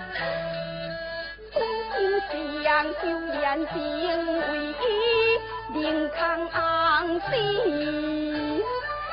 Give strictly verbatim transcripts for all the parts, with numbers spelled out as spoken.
相就连定为灵康昂西。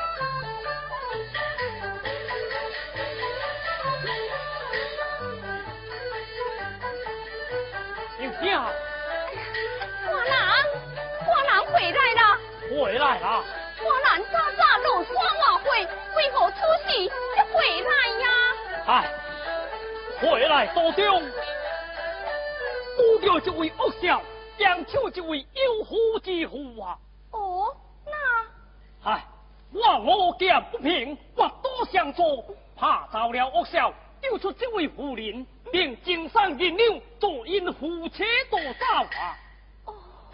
有家， 花郎，花郎回来了， 回来了。 花郎早早落山晚会，为何出事才回来呀？ 哎，回来多中。拄着这位恶少，养出这位有夫之妇啊！ 哦，那…… 唉，我我见不平，我多相助，怕遭了恶少，丢出这位妇人，并经上银两，助因夫妻多走啊！ 哦，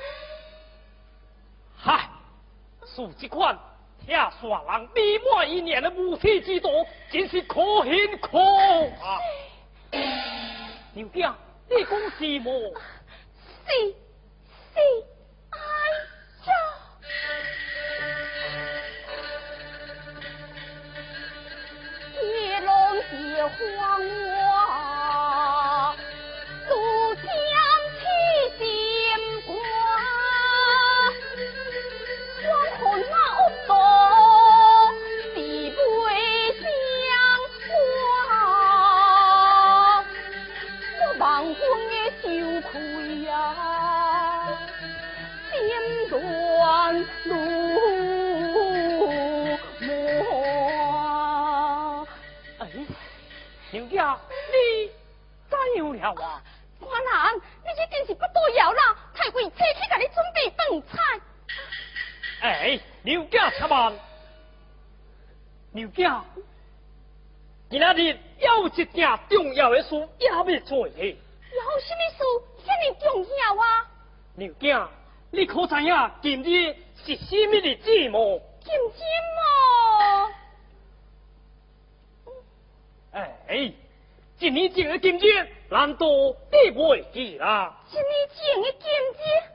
嗨，数这款铁砂人未满一年的母体之多，真是可恨可啊！牛家。你讲是么？ 是是，哎呀！夜龙夜荒我，怒将起心肝，我恨那恶毒，是未相还。我望君的羞愧呀，心乱如麻。 哎，牛家，你怎样了啊？ 花郎，你这真是不多要啦！太尉车去给你准备饭菜。 哎，牛家且慢，牛家。今仔日有一件重要的事也要做呢。 有什么事？什么重要啊？ 牛囝，你可知影今日是什么日子么？ 今天么？ 哎，一年前的今日，难道你袂记啦？ 一年前的今日，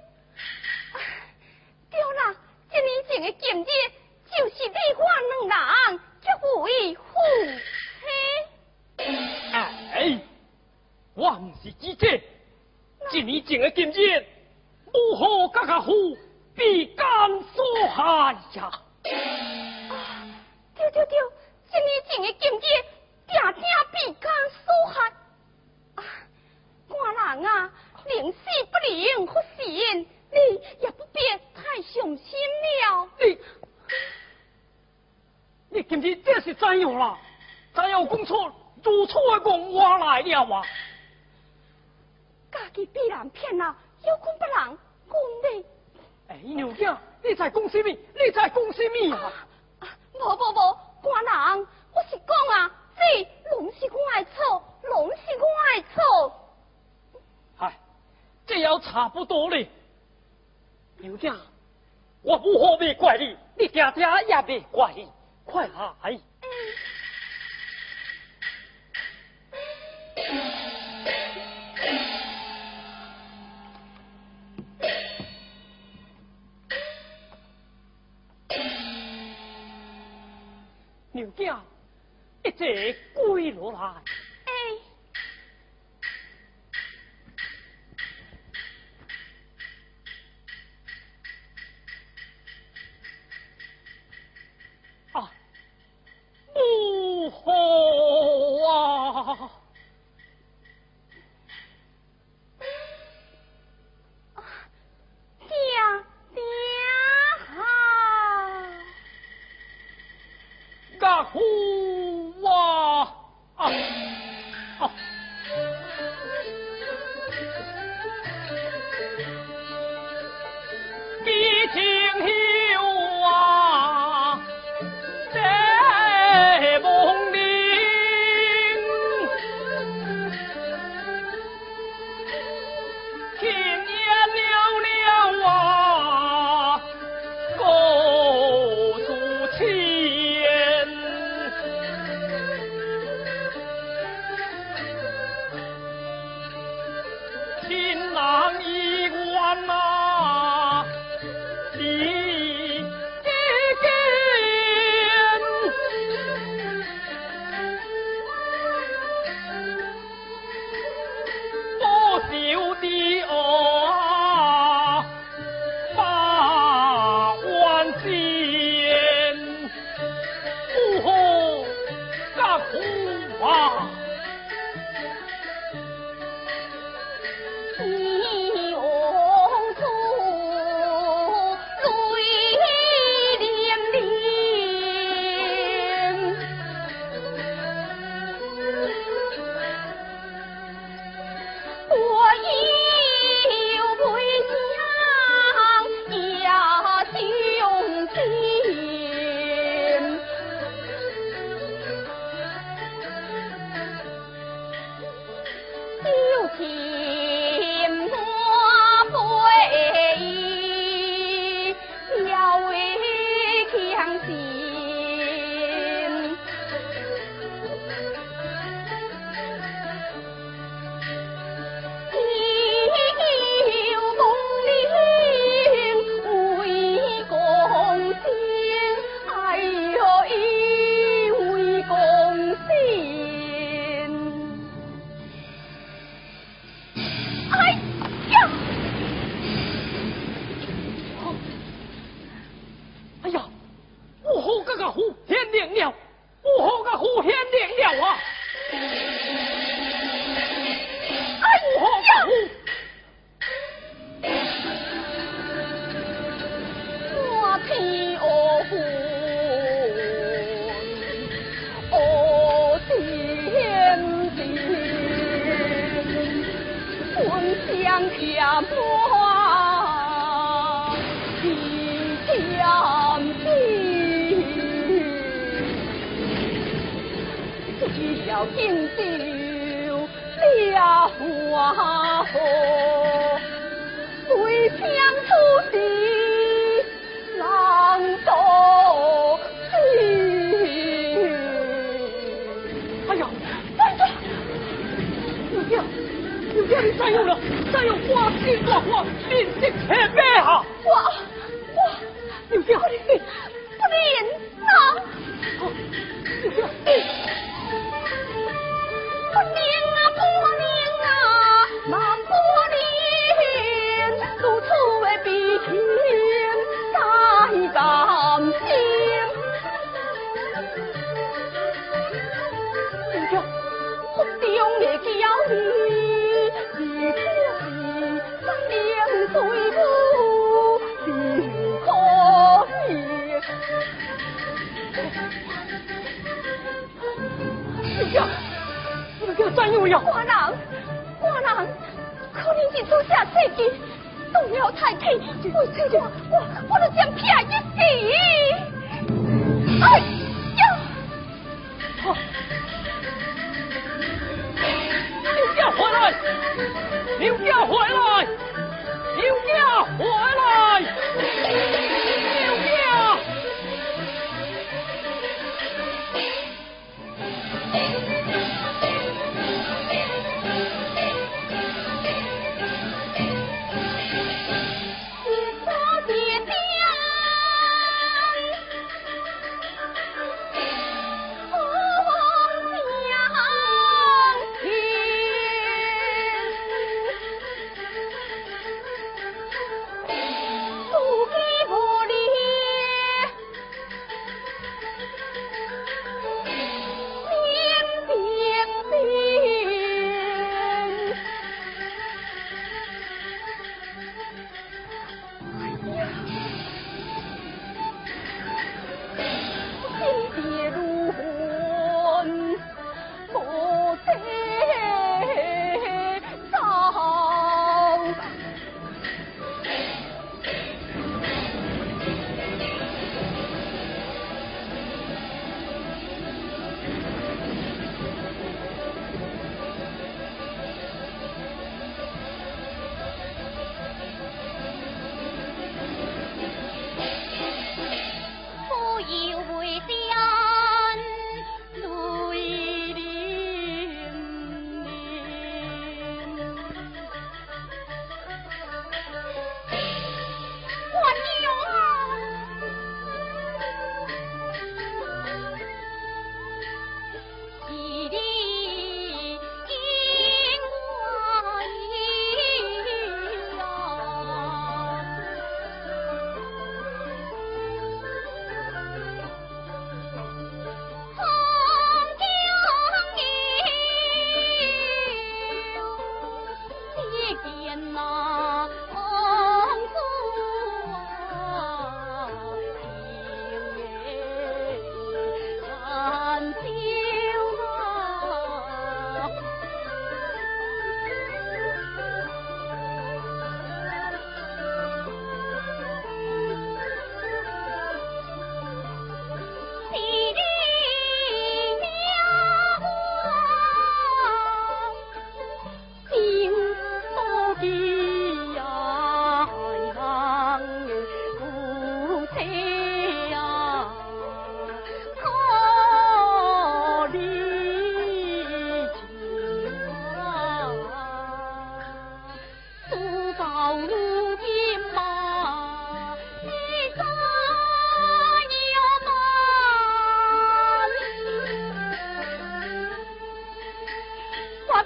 对啦，一年前的今日就是你我两人结为夫妻。 哎，我唔是指这，一年前的今日，母后甲家父被奸所害呀！ 啊，对对对，一年前的今日，定定被奸所害。啊，官人啊，宁死不灵不信，你也不必太伤心了。 你，你今日这是怎样啦？怎样讲出如此的讲话来了啊？ 家己被人骗了，有困不人讲你。 哎，娘囝，你在讲什么？你在讲什么啊？ 啊，无无无，官人，我是讲啊，这拢是我的错，拢是我的错。 唉，这要差不多了。娘囝，我母后未怪你，你爹爹也未怪你，快来。娘囝，一直跪落来。 哎， 啊，母后啊！ 爹爹好。 家父啊！啊啊！比情休啊，在梦里，听见了了啊，告诉亲。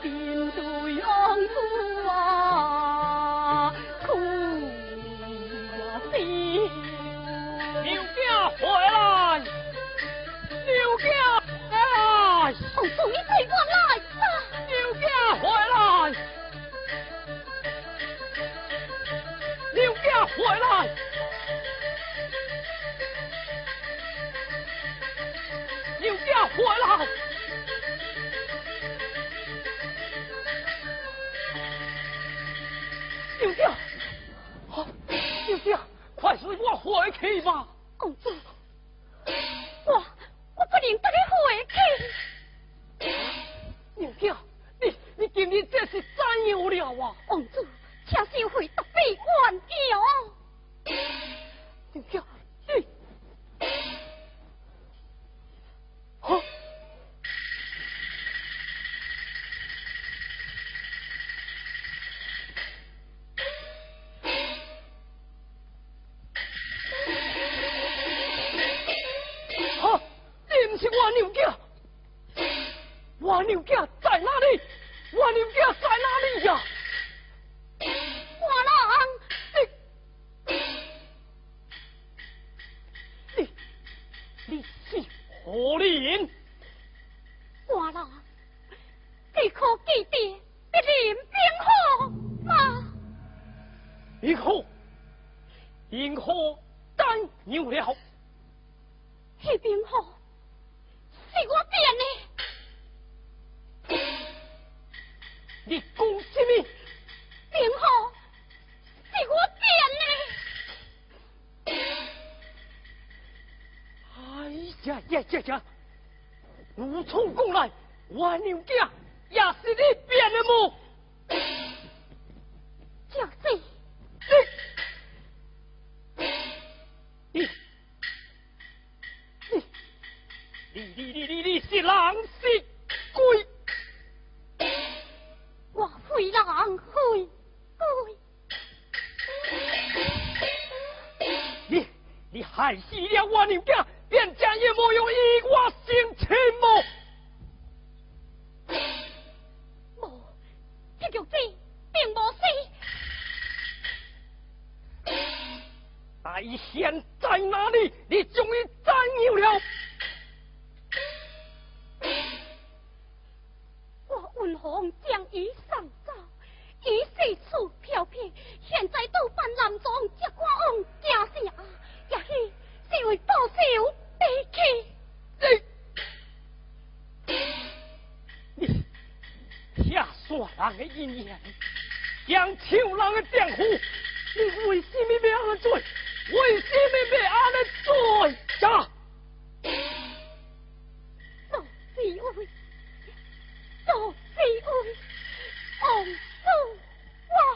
面对王子啊，哭呀笑。 刘家回来，刘家回来， 王子你对我来吧。 刘家回来，刘家回来，刘家回来。刘家，好，刘家，快随我回去吧。 公主，我我不能带你回去。 刘家，你你今日这是怎样了啊？ 公主，请收回特别原谅。 刘家，你，好。我牛家，我牛家在哪里？我牛家在哪里呀？ 我郎， 你你你是何人？ 我郎，你可记得别林冰河吗？ 冰河，冰河怎样了？ 那冰河。是我变的， 你讲什么？ 冰河是我变的。 哎呀呀呀呀！如从讲来，我娘家也是你变的么？ 小姐， 你你。你你你你你是人是鬼？ 我非人非鬼。 你你害死了我娘家，便将也没有以我性情么？ 无，这玉子并无死。 大仙在哪里？你终于怎样了？ 我运红将伊送走，伊四处飘撇，现在倒扮男装，接我往家城，也许是为报仇地气。 你你下煞人的姻缘，将抢人的丈夫，你为什么要安做？为什么要安做呀？ 做是为。做是为王子我。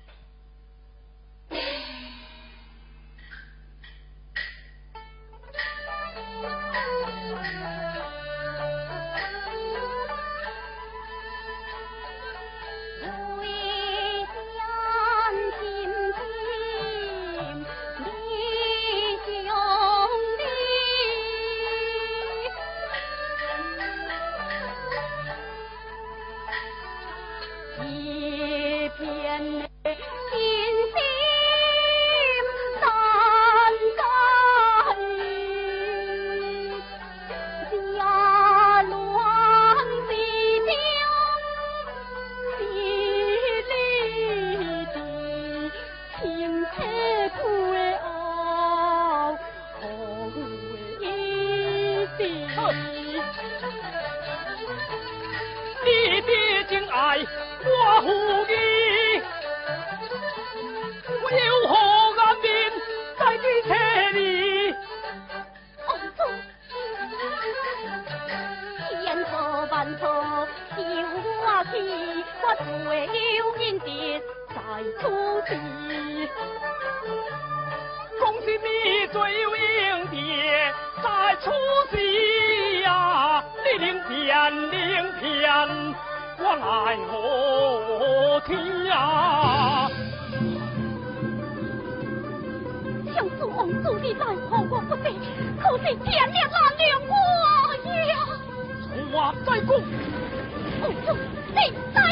你的情爱我护你，我有何安眠在你车里？ 王祖，千错万错由我去，我罪有应得在出时。 恭喜你罪有应得在出时呀！你领骗领骗，我来何天呀？ 想做王祖你来何我不得，可是天烈难谅我呀！ 我再讲， 王祖，你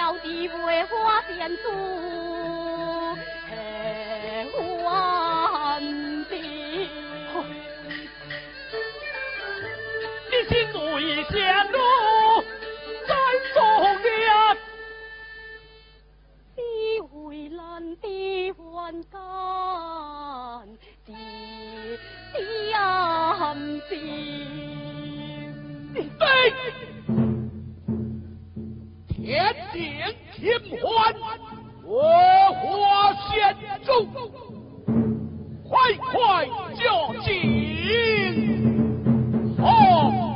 到底为花仙主还的。 你心内仙路在中央， 你为难的万干的点心。 对，天典天欢，我花仙主，快快驾进！好。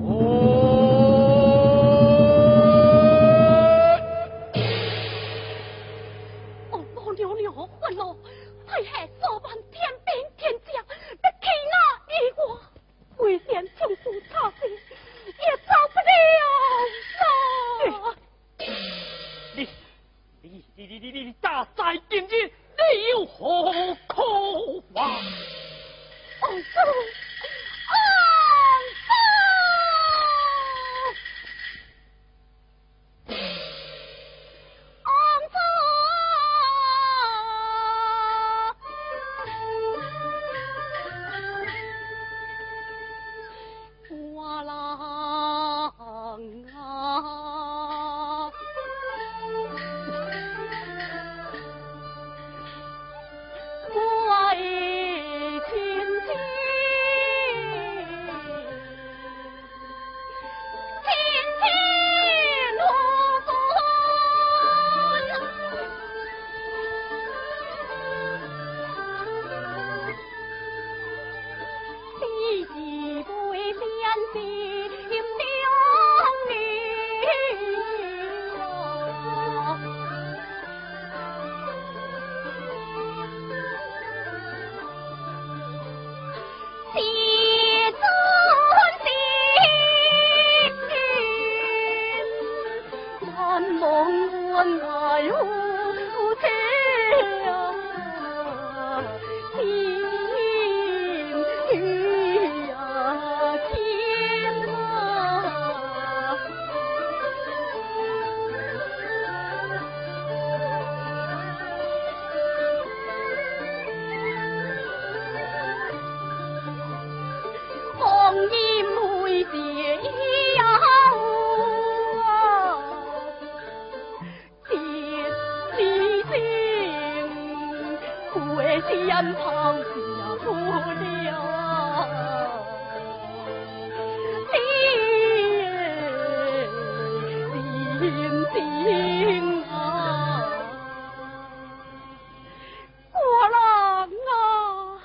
混咯，太下所办天兵天将，要去哪与我？为先从主差事，也走不了咯。 你你你你你你大哉今日，你有何苦话？ 王叔，王叔。天抛下不了，心心啊，我郎啊，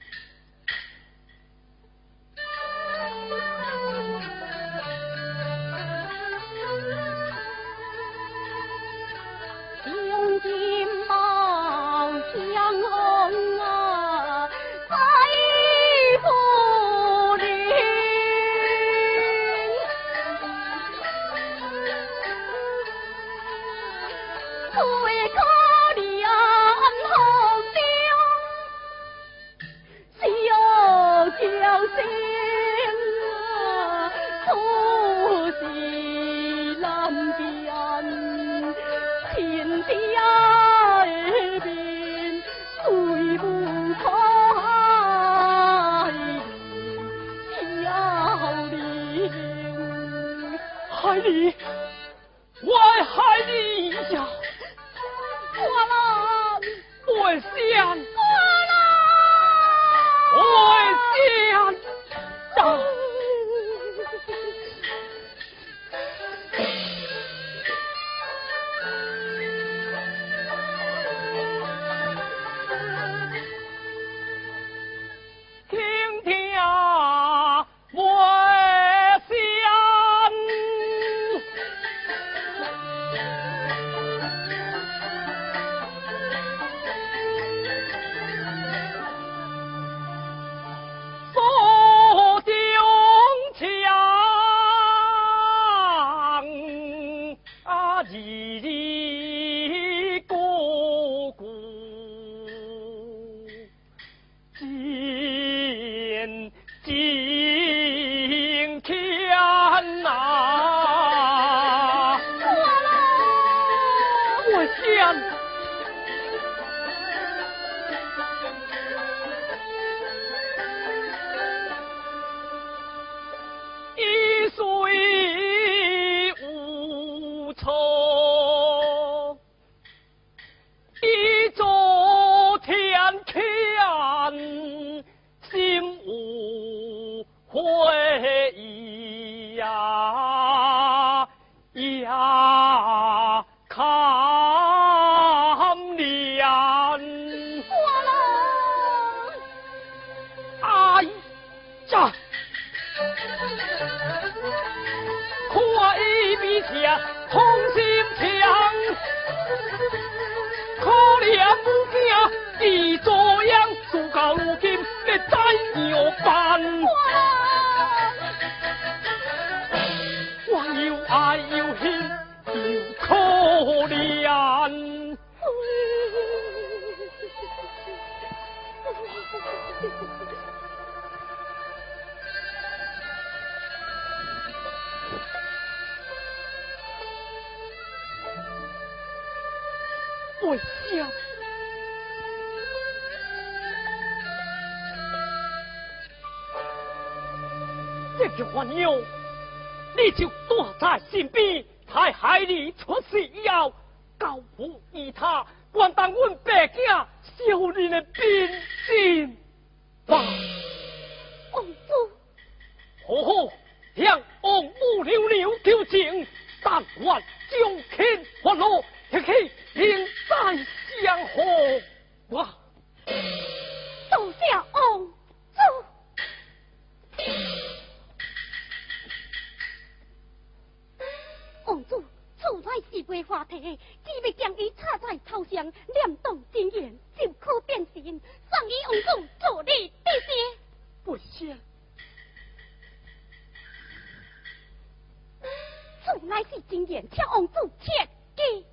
用金毛相红啊，在福林，最可怜红娘，小娇心啊，出西南边，亲家边最不可漂亮， 害你，我害你呀！ 我想。一岁无愁，一座天堑，心无悔呀呀看脸。 我了， 哎呀！看一笔下同心强，可怜母子地作样，自到如今要怎样办？我又爱又恨又可怜。我想，这个还有，你就躲在身边，太害你出事以后，交付于他，关当阮白囝小人的兵心吧。 王祖， 好好向王母娘娘求情，但愿将亲发落，一起另再相会。哇！ 多谢王祖。王祖，此乃是为话题，只要将伊插在头上，念动真言，就可变成，送伊王祖助你地谢。 不行。 此乃是真言，请王祖切记。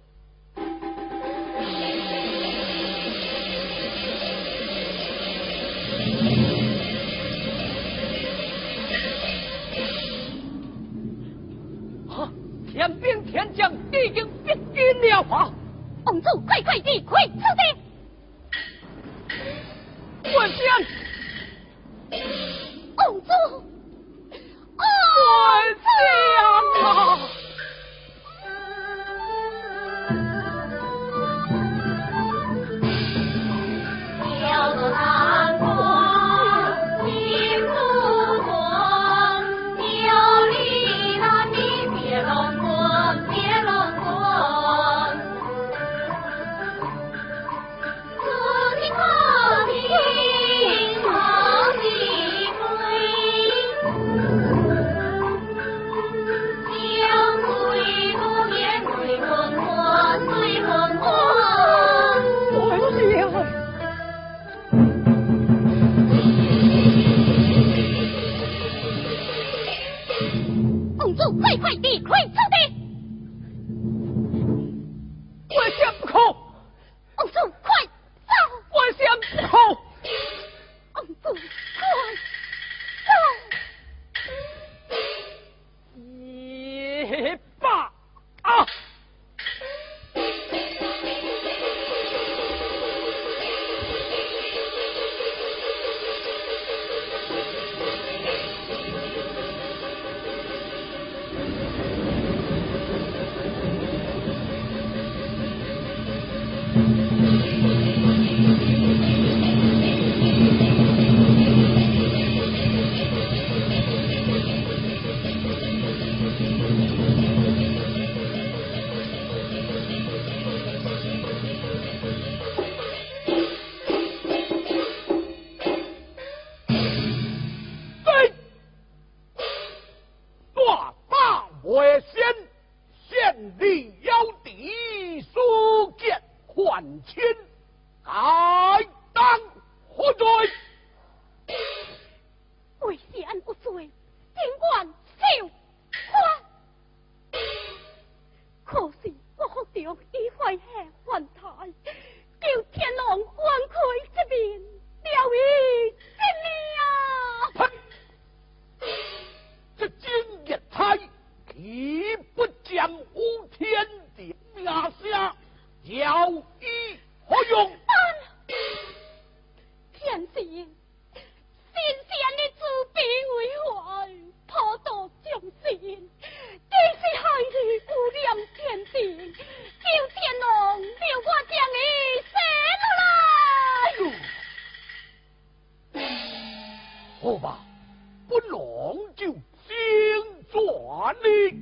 哈！天兵天将已经逼近了吧？ 王祖，快快地快出去！ 我先。 王祖。 我想啊！ 小的南国，心不慌，有理那你别乱滚，别乱滚，自己可听好的归。将归不言归滚滚，归滚滚。 我想。 王祖，快快地快出去！ 我想不可。 王祖，快走！ 我想不可。 王祖，快走！ 也罢啊！ 为先县里有地书见还亲，该当何罪？ 为先无罪，尽管受罚。可是我好中已坏下还台，叫天王冤开这边，了于真理啊！ 这今日差岂不见无天地压下， 交易何用？ 天神，神仙的慈悲为怀，普度众生，既是害你污染天地，求天王留我将伊生落来。 好吧，本王就先转你。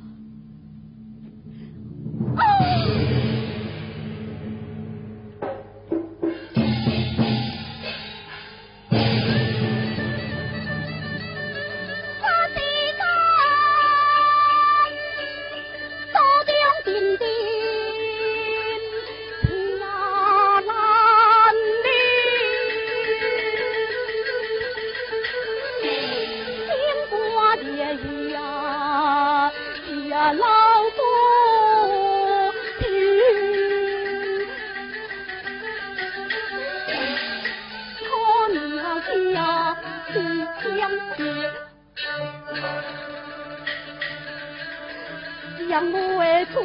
让我的出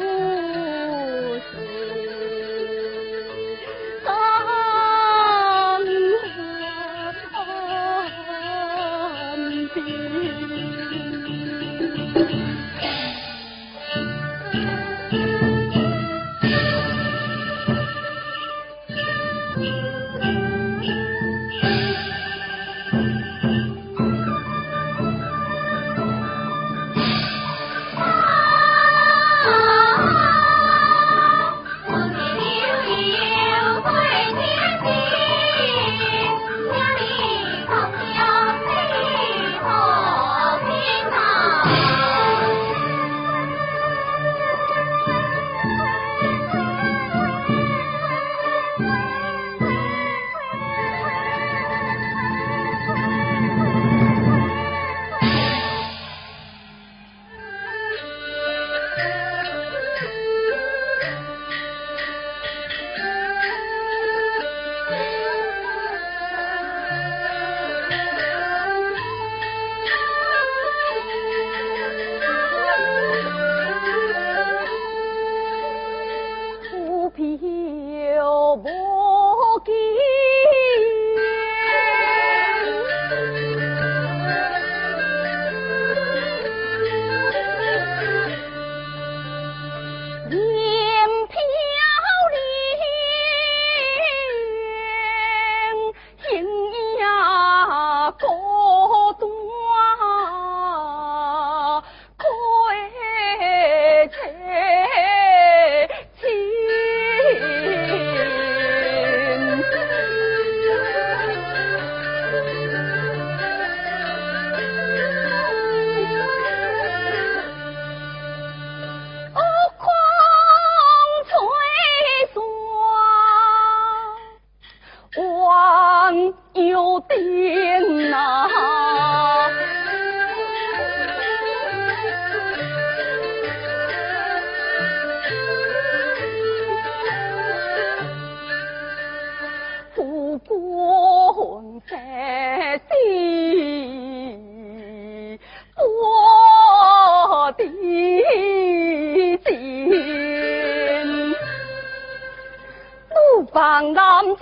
放南中，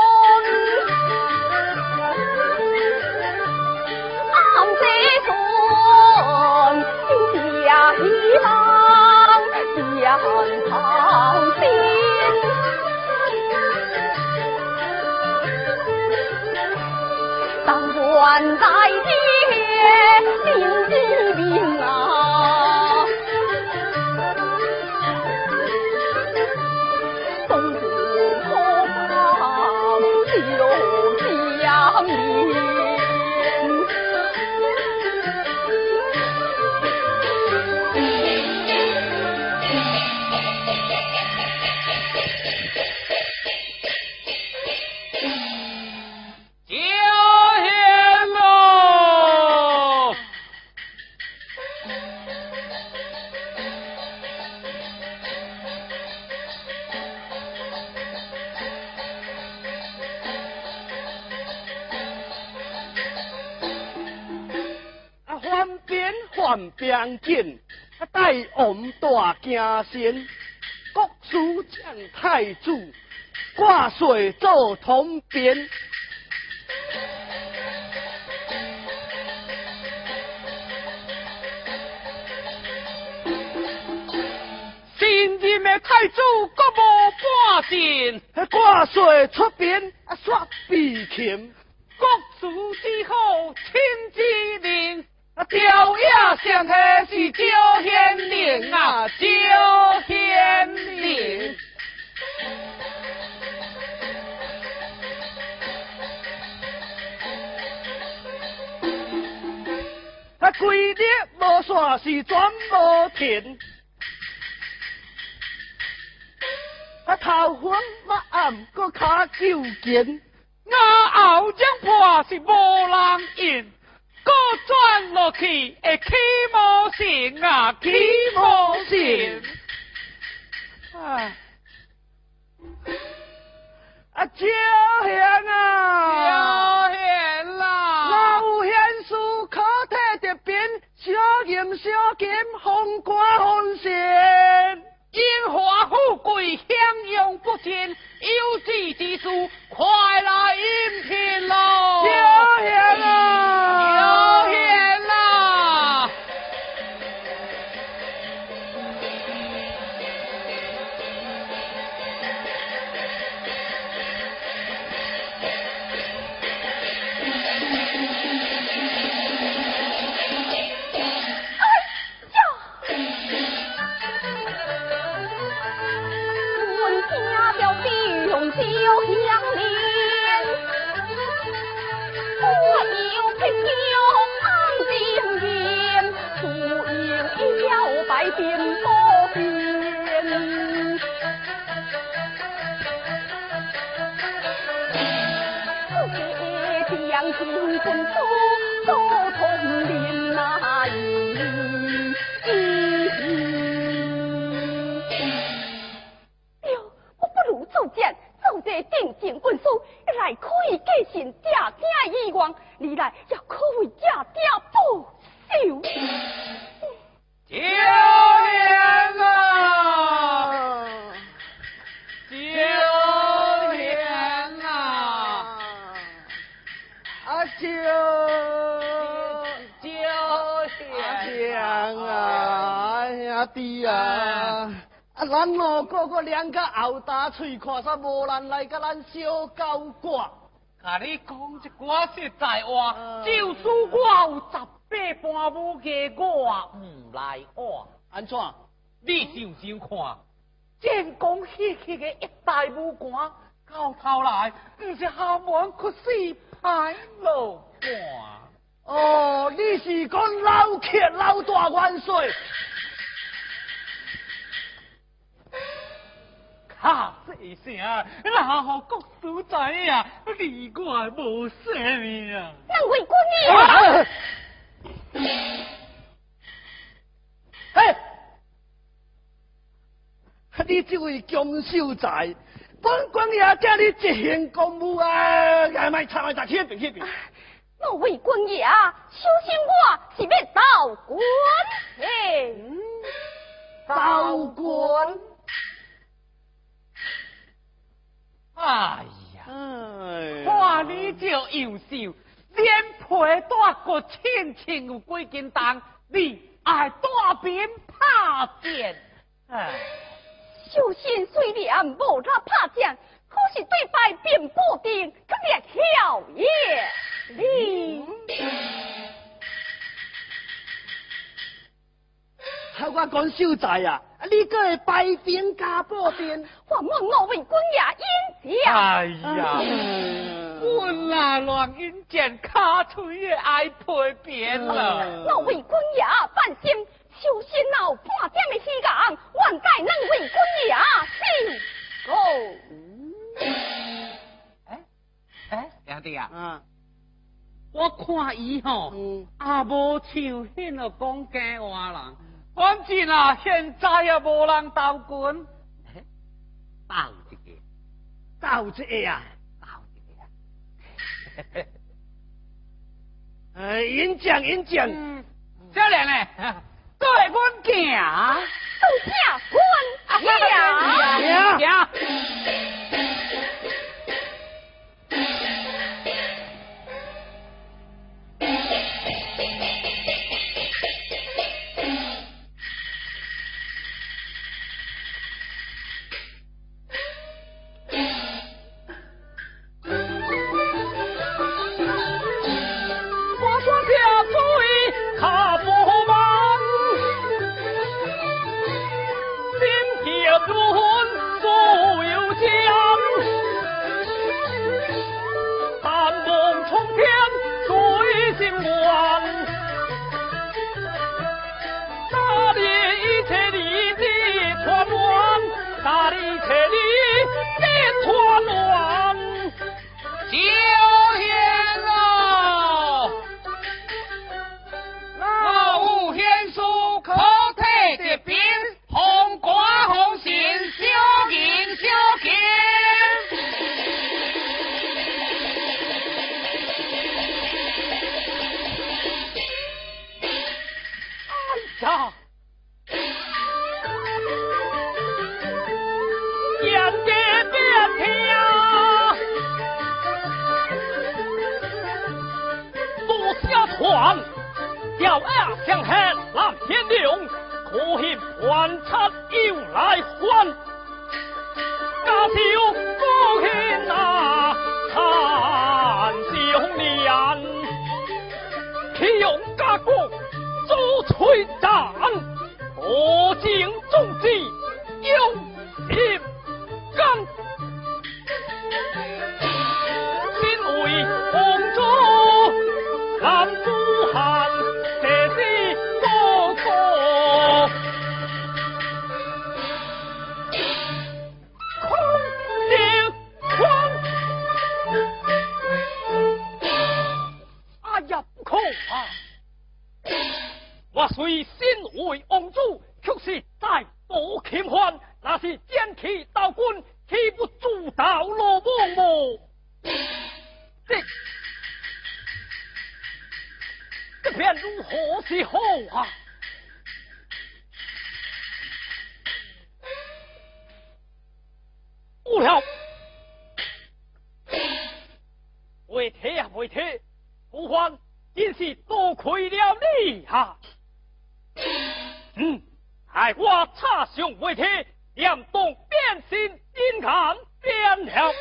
南西村，家乡江旁边，当官在天，民之民啊。边境，带我们大惊先，国主将太子，挂水做铜鞭。 新任的太子阁无半阵， 挂水出鞭啊，刷鼻琴。 国主之后亲之令， 雕也上下是焦县令啊，焦县令。啊，规日无线是转无停。啊，头昏目暗，搁骹揪筋。 我后将破是无人应，搁转落去会起无成啊，起无成。唉， 啊，焦县啊， 焦县啦， 老县事可替特别，小盐小金，风官风神。 荣华富贵享用不尽，有志之士快来应聘喽！ 焦县啊， 焦县啦！ 小乡邻，我有偏叫昂金银，素有摇摆变多变。这将军quân书都统领那一。奏见奏这定情文书，一来可以继承家家遗愿，二来也可为家家报仇。 焦县啊，焦县啊， 啊焦焦县啊，兄弟啊！啊，咱哦个个两个后打喙，看煞无人来甲咱小交挂。 甲你讲一寡实在话，嗯、就算我有十八般武艺，我唔来换。 安怎？ 你想想看，建功喜气的一代武官，到头来唔是下门屈死歹路官。 哦，你是讲老乞老大元帅？ 哈细声，哪好国主知影，里外无啥物啊！ 那为官你，嘿，你这位江秀才，本官也叫你一行公务啊，也卖插卖插去边去边。 那为官爷，小心我是要倒官嘿， 倒官。 哎呀，看你这优秀，连皮带骨亲亲有几斤重，你爱带鞭拍箭？哎， 小心虽然无他拍箭，可是对白并不定，可别巧也你。 还我讲秀才啊，你个会排兵加步兵， 我问我为官爷因讲。 哎呀，本来乱引箭，卡嘴的爱批鞭了。 我为官爷放心，小心闹半点的时间，万代能为官爷是够。 哎哎，兄弟啊， 嗯， 我看伊吼， 嗯， 也无像迄个讲假话人。反正啊，现在也无人斗军，斗一个， 斗一个啊， 斗一个啊。 哎，演讲演讲， 嗯，少年嘞，对阮行， 都下官啊！ 呀呀！ 小二相恨蓝天龙，可惜还差又来还。家小不恨那残兄娘，岂用家国做吹战？何尽忠志用心肝，心为皇族难不寒。我虽身为王主，却是再不轻犯，那是剑气刀棍，岂不主导罗网么？这这便如何是好啊？不了，为铁啊为铁，不还真是多亏了你啊！嗯，害我插上为铁，连动变心金砍变了。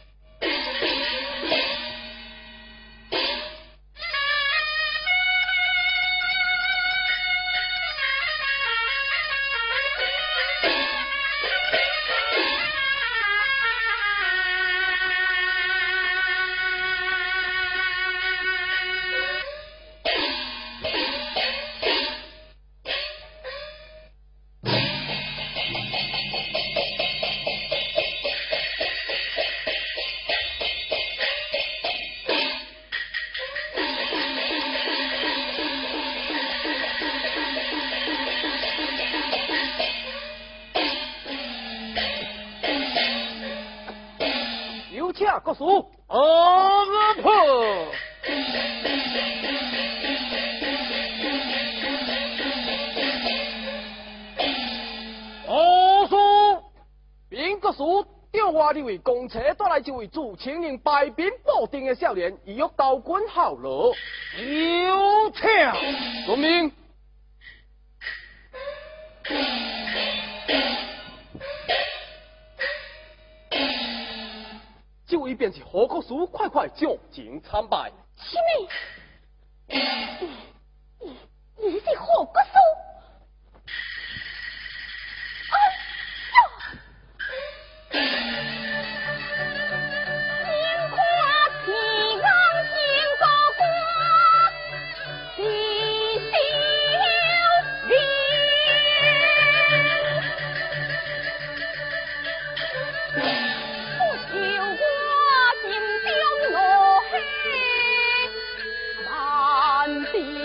国属二破， 二叔，兵国属调话你为公车带来这位驻青营败兵保定的少年，已有刀棍好了。 有请。 遵命。这位便是何国叔，快快就近参拜。 什么？你你你是何国叔？哎呀！天夸天让心高挂，地修灵。心中怒气难敌。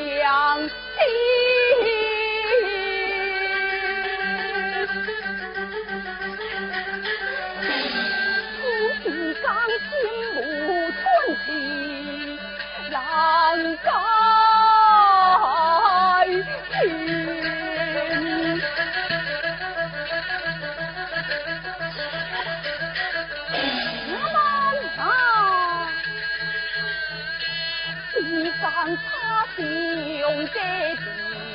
上插上这地。